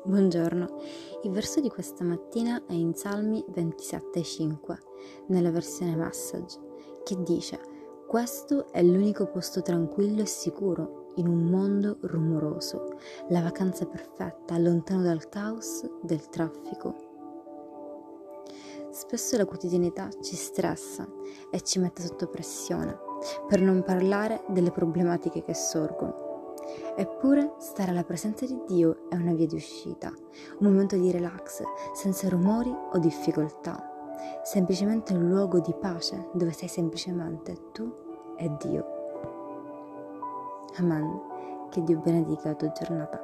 Buongiorno, il verso di questa mattina è in Salmi 27,5, nella versione Message, che dice: questo è l'unico posto tranquillo e sicuro in un mondo rumoroso, la vacanza perfetta, lontano dal caos del traffico. Spesso la quotidianità ci stressa e ci mette sotto pressione, per non parlare delle problematiche che sorgono. Eppure stare alla presenza di Dio è una via di uscita, un momento di relax, senza rumori o difficoltà, semplicemente un luogo di pace dove sei semplicemente tu e Dio. Amen. Che Dio benedica la tua giornata.